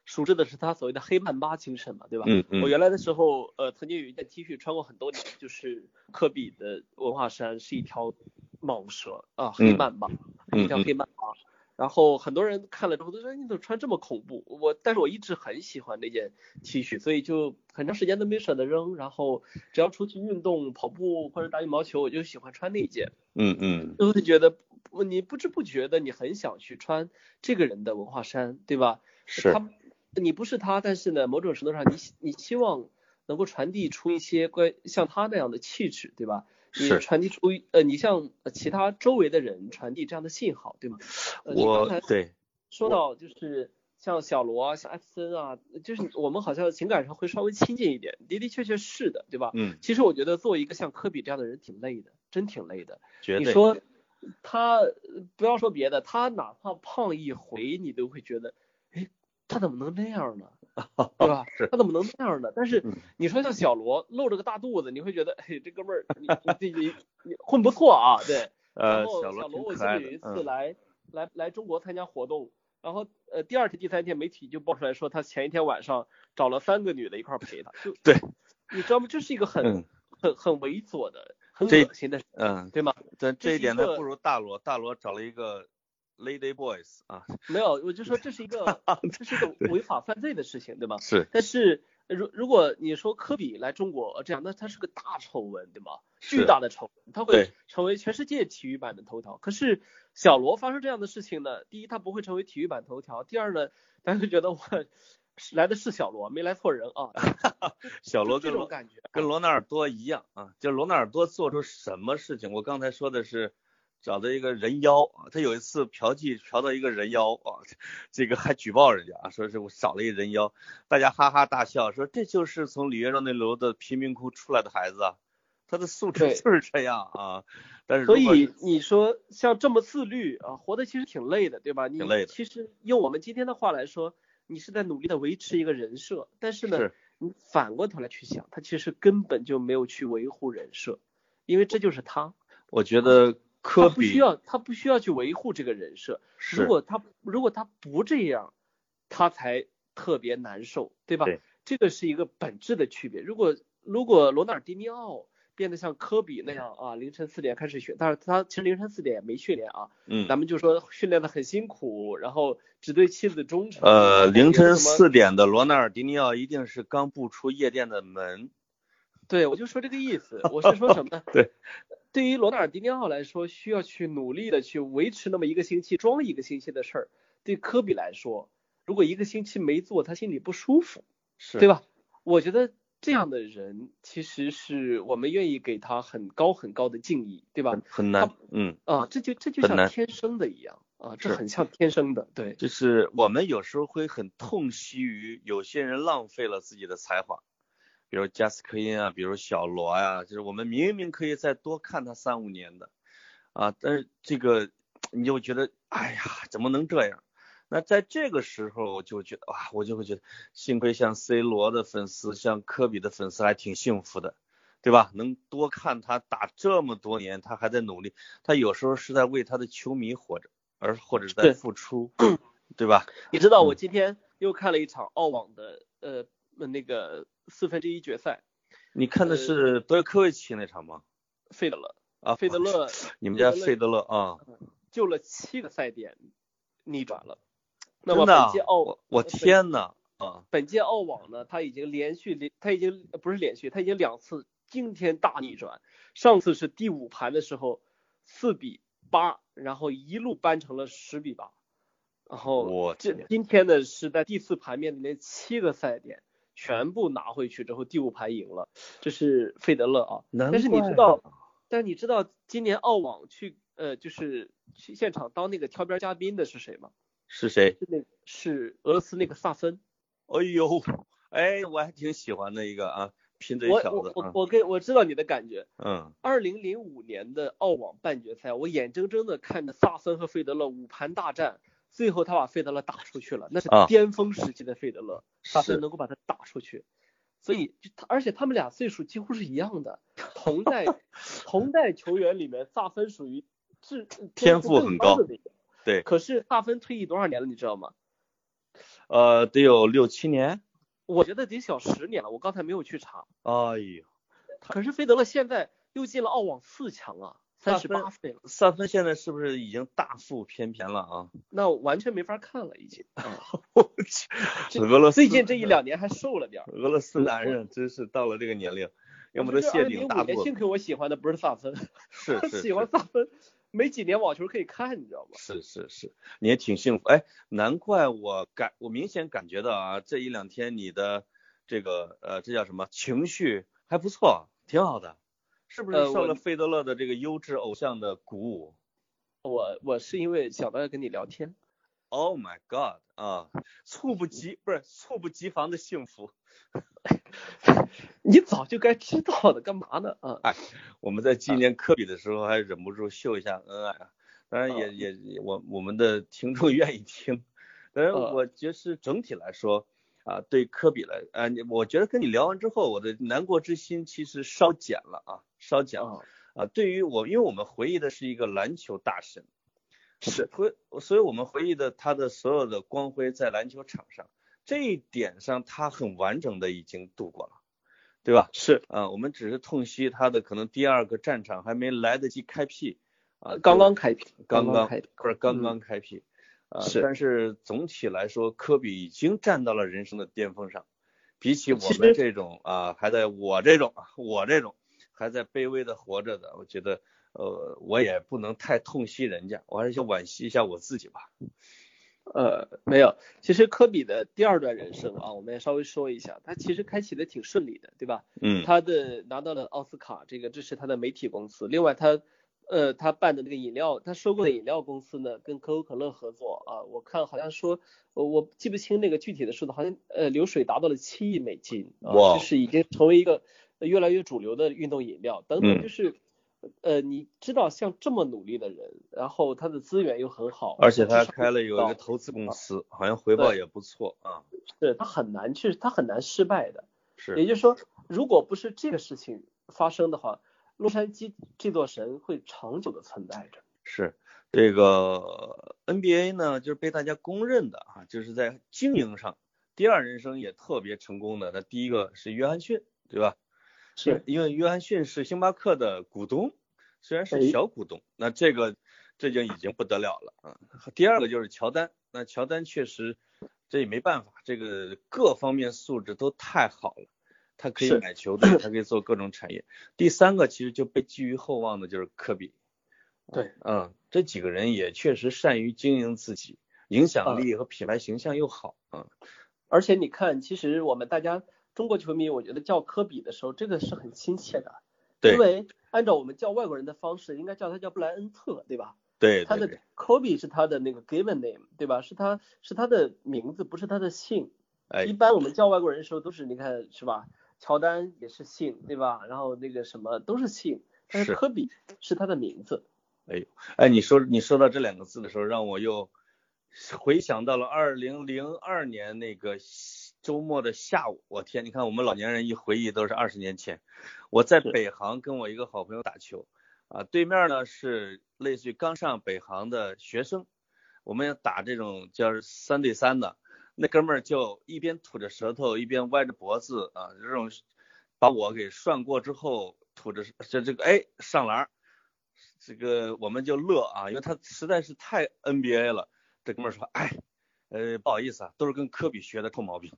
熟知的是他所谓的黑曼巴精神嘛，对吧？ 嗯嗯。 我原来的时候，呃，曾经有一件 T 恤穿过很多年，就是科比的文化衫是一条蟒蛇啊，黑曼巴， 嗯、 一条黑曼巴。嗯嗯然后很多人看了之后都说你怎么穿这么恐怖？我但是我一直很喜欢那件 T 恤，所以就很长时间都没舍得扔。然后只要出去运动、跑步或者打羽毛球，我就喜欢穿那件。 嗯嗯。 就会觉得你不知不觉的你很想去穿这个人的文化衫，对吧？ 是。 他你不是他，但是呢，某种程度上你你希望能够传递出一些关像他那样的气质，对吧？你传递出呃，你向其他周围的人传递这样的信号，对吗？呃，你刚才对说到就是像小罗啊，像艾弗森啊，就是我们好像情感上会稍微亲近一点，的的确确是的，对吧？ 嗯。 其实我觉得做一个像科比这样的人挺累的，真挺累的。 绝对。 你说他不要说别的，他哪怕胖一回，你都会觉得，哎，他怎么能那样呢？对吧？他怎么能那样呢？但是你说像小罗露着个大肚子，你会觉得，哎，这哥们儿你你你你混不错啊，对。然后小罗，我记得有一次来、嗯、来来中国参加活动，然后呃第二天第三天媒体就爆出来说他前一天晚上找了三个女的一块陪他，就对， 你知道吗？这是一个很、嗯、很很猥琐的、很恶心的， 嗯， 对吗？ 但这一点他不如大罗，大罗找了一个 Lady Boys 啊， 没有，我就说这是一个这是一个违法犯罪的事情，对吗？ 是。 但是如如果你说科比来中国这样，那他是个大丑闻，对吗？巨大的丑闻，他会成为全世界体育版的头条。可是小罗发生这样的事情呢，第一他不会成为体育版头条，第二呢，大家会觉得我来的是小罗，没来错人啊。 小罗跟罗感觉跟罗纳尔多一样啊，就罗纳尔多做出什么事情，我刚才说的是找的一个人妖，他有一次嫖妓嫖到一个人妖啊，这个还举报人家，说是我找了一人妖，大家哈哈大笑，说这就是从里约热内卢的贫民窟出来的孩子啊，他的素质就是这样啊。但是所以你说像这么自律啊，活得其实挺累的，对吧？ 挺累的。 其实用我们今天的话来说，你是在努力的维持一个人设，但是呢， 是你反过头来去想，他其实根本就没有去维护人设，因为这就是他。 我觉得科比他不需要，他不需要去维护这个人设。如果他如果他不这样，他才特别难受，对吧？ 对， 这个是一个本质的区别。如果如果罗纳尔迪尼奥变得像科比那样啊，凌晨四点开始训，但是他其实凌晨四点也没训练啊， 嗯， 咱们就说训练的很辛苦，然后只对妻子忠诚。 呃，凌晨四点的罗纳尔迪尼奥一定是刚步出夜店的门。 对，我就说这个意思。我是说什么呢？ 对， 对于罗纳尔迪尼奥来说，需要去努力的去维持那么一个星期，装一个星期的事儿。对科比来说，如果一个星期没做，他心里不舒服， 是对吧？我觉得这样的人，其实是我们愿意给他很高很高的敬意，对吧？ 很, 很难，嗯啊，这就这就像天生的一样啊，这很像天生的，对。 就是我们有时候会很痛惜于有些人浪费了自己的才华。比如加斯科因啊，比如小罗啊，就是我们明明可以再多看他三五年的啊，但是这个你就觉得哎呀怎么能这样？那在这个时候我就觉得哇，我就会觉得幸亏像 C 罗的粉丝，像科比的粉丝还挺幸福的，对吧？能多看他打这么多年，他还在努力，他有时候是在为他的球迷活着，而或者是在付出，对吧？ 你知道我今天又看了一场澳网的呃那个四分之一决赛。 你看的是德约科维奇那场吗？ 费德勒啊， 费德勒， 你们家费德勒啊， 救了七个赛点，逆转了。 那么本届澳， 我我天哪啊！ 本届澳网呢，他已经连续他已经不是连续，他已经两次惊天大逆转。上次是第五盘的时候四比八，然后一路扳成了十比八。然后这今天呢是在第四盘面临七个赛点全部拿回去之后，第五盘赢了，这是费德勒啊。但是你知道，但是你知道今年澳网去呃就是去现场当那个挑边嘉宾的是谁吗？ 是谁？ 是那是俄罗斯那个萨芬。 哎呦，哎，我还挺喜欢的一个啊，贫嘴小子。 我我我跟我知道你的感觉。 嗯。 二零零五年的澳网半决赛，我眼睁睁的看着萨芬和费德勒五盘大战。最后他把费德勒打出去了，那是巅峰时期的费德勒，萨芬能够把他打出去，所以他而且他们俩岁数几乎是一样的，同代同代球员里面，萨芬属于是天赋很高的那个。 对。 可是萨芬退役多少年了，你知道吗？ 呃，得有六七年。 我觉得得小十年了，我刚才没有去查。 哎呦， 可是费德勒现在又进了澳网四强啊，三十八岁了。 萨芬现在是不是已经大腹翩翩了啊？ 那完全没法看了，已经。啊、 我去，俄罗斯最近这一两年还瘦了点。 俄罗斯男人真是到了这个年龄，要么都谢顶大肚子。 幸亏我喜欢的不是萨芬， 是是， 喜欢萨芬，没几年网球可以看，你知道吗？ 是是是，你也挺幸福。哎，难怪我感我明显感觉到啊，这一两天你的这个呃，这叫什么情绪还不错，挺好的，是不是受了费德勒的这个优质偶像的鼓舞？ 呃、我我是因为想到要跟你聊天。 Oh my god 啊，猝不及不是猝不及防的幸福。 你早就该知道的，干嘛呢？啊， 哎，我们在纪念科比的时候还忍不住秀一下恩爱啊。当然也、啊、也我我们的听众愿意听，当然我觉得是整体来说啊，对科比来啊，我觉得跟你聊完之后，我的难过之心其实稍减了啊，稍减了啊。对于我，因为我们回忆的是一个篮球大神， 是， 所以我们回忆的他的所有的光辉在篮球场上，这一点上他很完整的已经度过了。对吧？ 是啊，我们只是痛惜他的可能第二个战场还没来得及开辟啊， 刚刚开辟， 刚刚开辟， 或者刚刚开辟、 嗯、 啊。但是总体来说，科比已经站到了人生的巅峰上。比起我们这种啊，还在我这种我这种还在卑微的活着的，我觉得呃，我也不能太痛惜人家，我还是想惋惜一下我自己吧。 呃，没有，其实科比的第二段人生啊，我们也稍微说一下，他其实开启的挺顺利的，对吧？ 嗯， 他的拿到了奥斯卡，这个这是他的媒体公司。另外他，呃，他办的那个饮料，他收购的饮料公司呢，跟可口可乐合作啊，我看好像说，我我记不清那个具体的数字，好像呃流水达到了七亿美金啊，就是已经成为一个越来越主流的运动饮料等等，就是。 嗯呃，你知道像这么努力的人，然后他的资源又很好， 而且他开了有一个投资公司，啊、好像回报也不错啊。 是他很难去，他很难失败的。 是， 也就是说，如果不是这个事情发生的话，洛杉矶这座神会长久的存在着。 是这个 N B A 呢，就是被大家公认的啊，就是在经营上，第二人生也特别成功的。那第一个是约翰逊，对吧？ 是因为约翰逊是星巴克的股东，虽然是小股东，那这个这就已经不得了了啊。第二个就是乔丹，那乔丹确实这也没办法，这个各方面素质都太好了，他可以买球队，他可以做各种产业。第三个其实就被寄予厚望的就是科比。 对， 嗯，这几个人也确实善于经营自己，影响力和品牌形象又好啊、嗯。 而且你看，其实我们大家中国球迷，我觉得叫科比的时候，这个是很亲切的， 对， 因为按照我们叫外国人的方式，应该叫他叫布莱恩特，对吧？ 对， 他的 Kobe 是他的那个 given name， 对吧？是他是他的名字，不是他的姓。 哎， 一般我们叫外国人的时候都是，你看是吧？乔丹也是姓，对吧？然后那个什么都是姓，但是科比是他的名字。 哎呦，哎，你说你说到这两个字的时候，让我又回想到了二零零二年那个周末的下午。我天，你看我们老年人一回忆都是二十年前。我在北航跟我一个好朋友打球啊，对面呢是类似于刚上北航的学生，我们打这种叫三对三的，那哥们儿就一边吐着舌头一边歪着脖子啊，这种把我给涮过之后吐着这这个哎上篮。这个我们就乐啊，因为他实在是太 N B A 了。这哥们说，哎，呃，不好意思啊，都是跟科比学的臭毛病。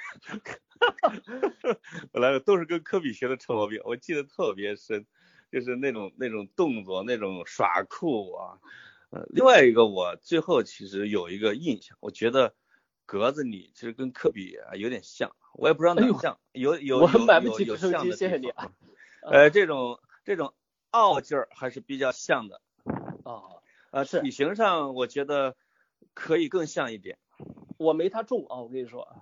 我来了，都是跟科比学的臭毛病，我记得特别深，就是那种那种动作，那种耍酷啊。呃，另外一个我最后其实有一个印象，我觉得格子你其实跟科比啊有点像，我也不知道哪像，哎、有有我买不有有起直升机，谢谢你啊。呃，这种这种。傲劲儿还是比较像的哦， 呃，体型上我觉得可以更像一点。 我没他重啊，我跟你说。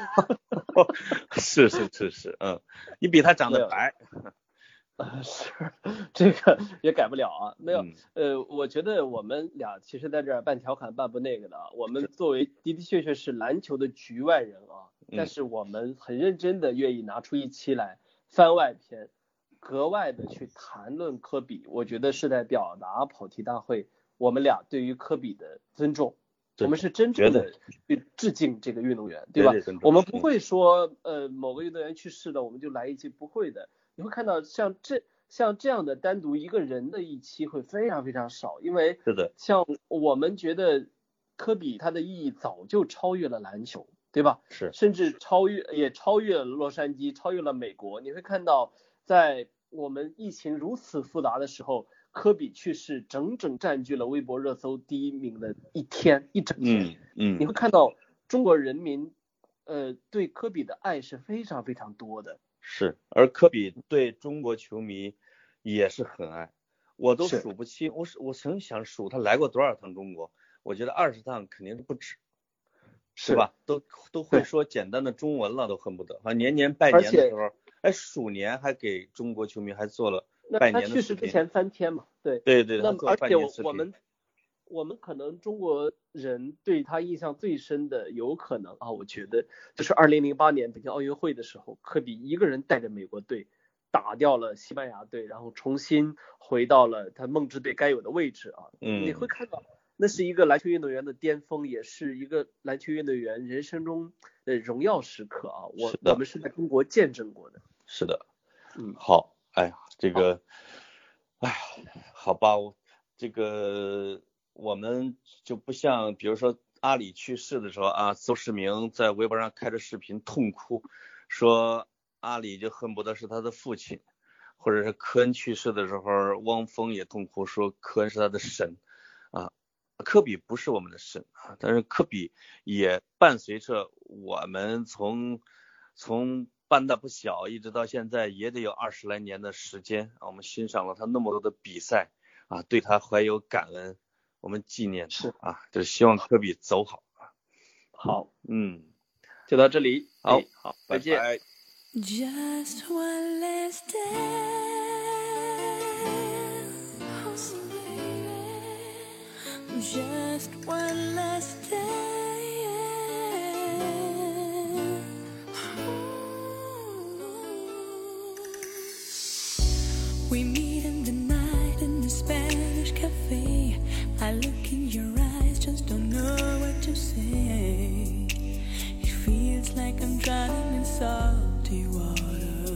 是是是是，嗯，你比他长得白。 呃，是这个也改不了啊，没有， 嗯、 呃，我觉得我们俩其实在这儿半调侃半不那个的，我们作为的的确确是篮球的局外人啊，但是我们很认真的愿意拿出一期来番外篇。格外的去谈论科比，我觉得是在表达跑题大会我们俩对于科比的尊重我们是真正的去致敬这个运动员，对吧？我们不会说呃某个运动员去世了我们就来一期，不会的。你会看到像这像这样的单独一个人的一期会非常非常少，因为是的， 像我们觉得科比他的意义早就超越了篮球，对吧？ 是， 甚至超越也超越了洛杉矶，超越了美国。你会看到在我们疫情如此复杂的时候，科比去世整整占据了微博热搜第一名的一天一整天。 嗯嗯， 你会看到中国人民呃对科比的爱是非常非常多的。 是，而科比对中国球迷也是很爱，我都数不清，我我曾想数他来过多少趟中国，我觉得二十趟肯定是不止，是吧？都都会说简单的中文了，都恨不得，啊，年年拜年的时候，哎，鼠年还给中国球迷还做了拜年的视频。 那他去世之前三天嘛，对对对， 那而且我们我们可能中国人对他印象最深的，有可能啊，我觉得就是二零零八年北京奥运会的时候，科比一个人带着美国队打掉了西班牙队，然后重新回到了他梦之队该有的位置啊。 嗯， 你会看到那是一个篮球运动员的巅峰，也是一个篮球运动员人生中的荣耀时刻啊。我我们是在中国见证过的。 是的， 嗯， 好，哎呀，这个，哎呀，好吧，我这个。我们就不像比如说阿里去世的时候啊，邹市明在微博上开着视频痛哭，说阿里就恨不得是他的父亲，或者是科恩去世的时候，汪峰也痛哭说科恩是他的神啊。科比不是我们的神啊，但是科比也伴随着我们从从半大不小一直到现在也得有二十来年的时间啊，我们欣赏了他那么多的比赛啊，对他怀有感恩。我们纪念是啊，就是希望科比走好啊。 好， 嗯， 就到这里， 好， 好， 再见。 拜拜。 Just one last dance, just one last day. We meet in the night in the Spanish cafe. I look in your eyes, just don't know what to say. It feels like I'm drowning in salty water.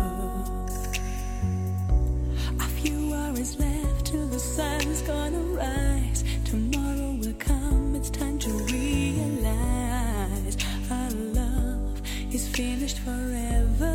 A few hours left till the sun's gonna rise. Tomorrow will come, it's time to realize our love is finished forever.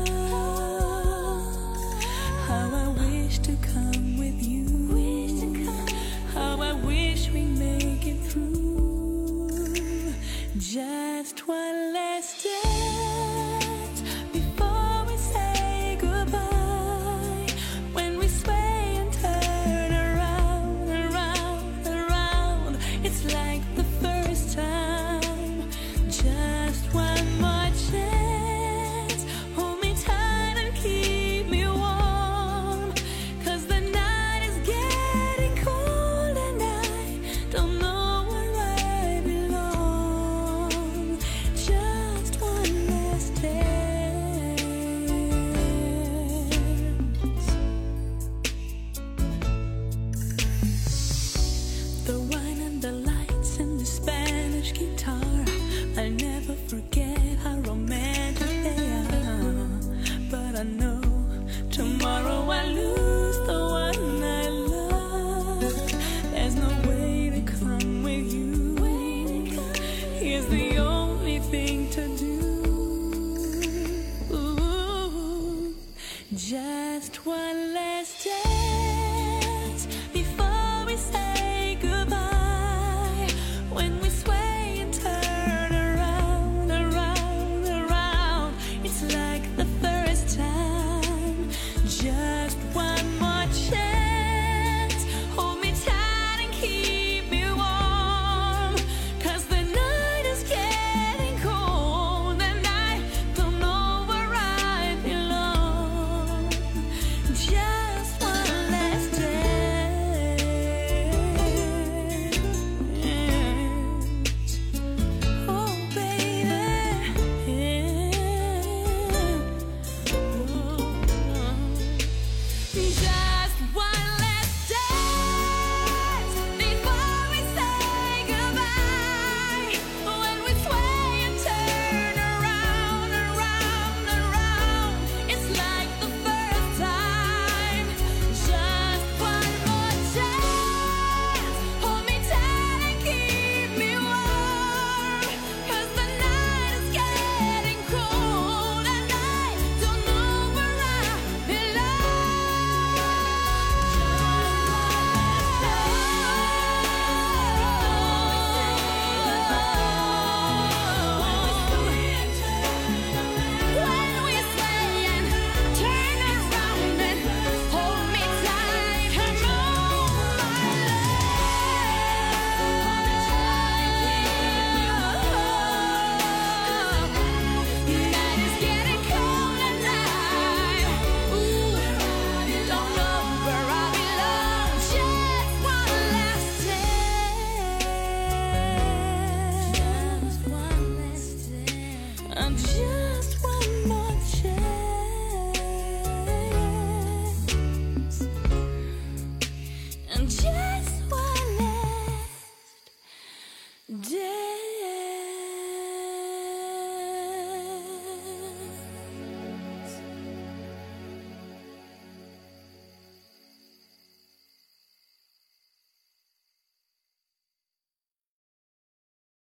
How I wish to come with you. How I wish we make it through. Just one last dance before we say goodbye. When we sway and turn around, around, around, it's like the first time. Just one more chance. Hold me tight and keep me warm, 'cause the night is getting cold and I don't know where I belong. Just one last dance. The wine and the lights and the Spanish guitar, I'll never forget how romantic they are. But I know tomorrow I lose the one I love. There's no way to come with you. Here's the only thing to do.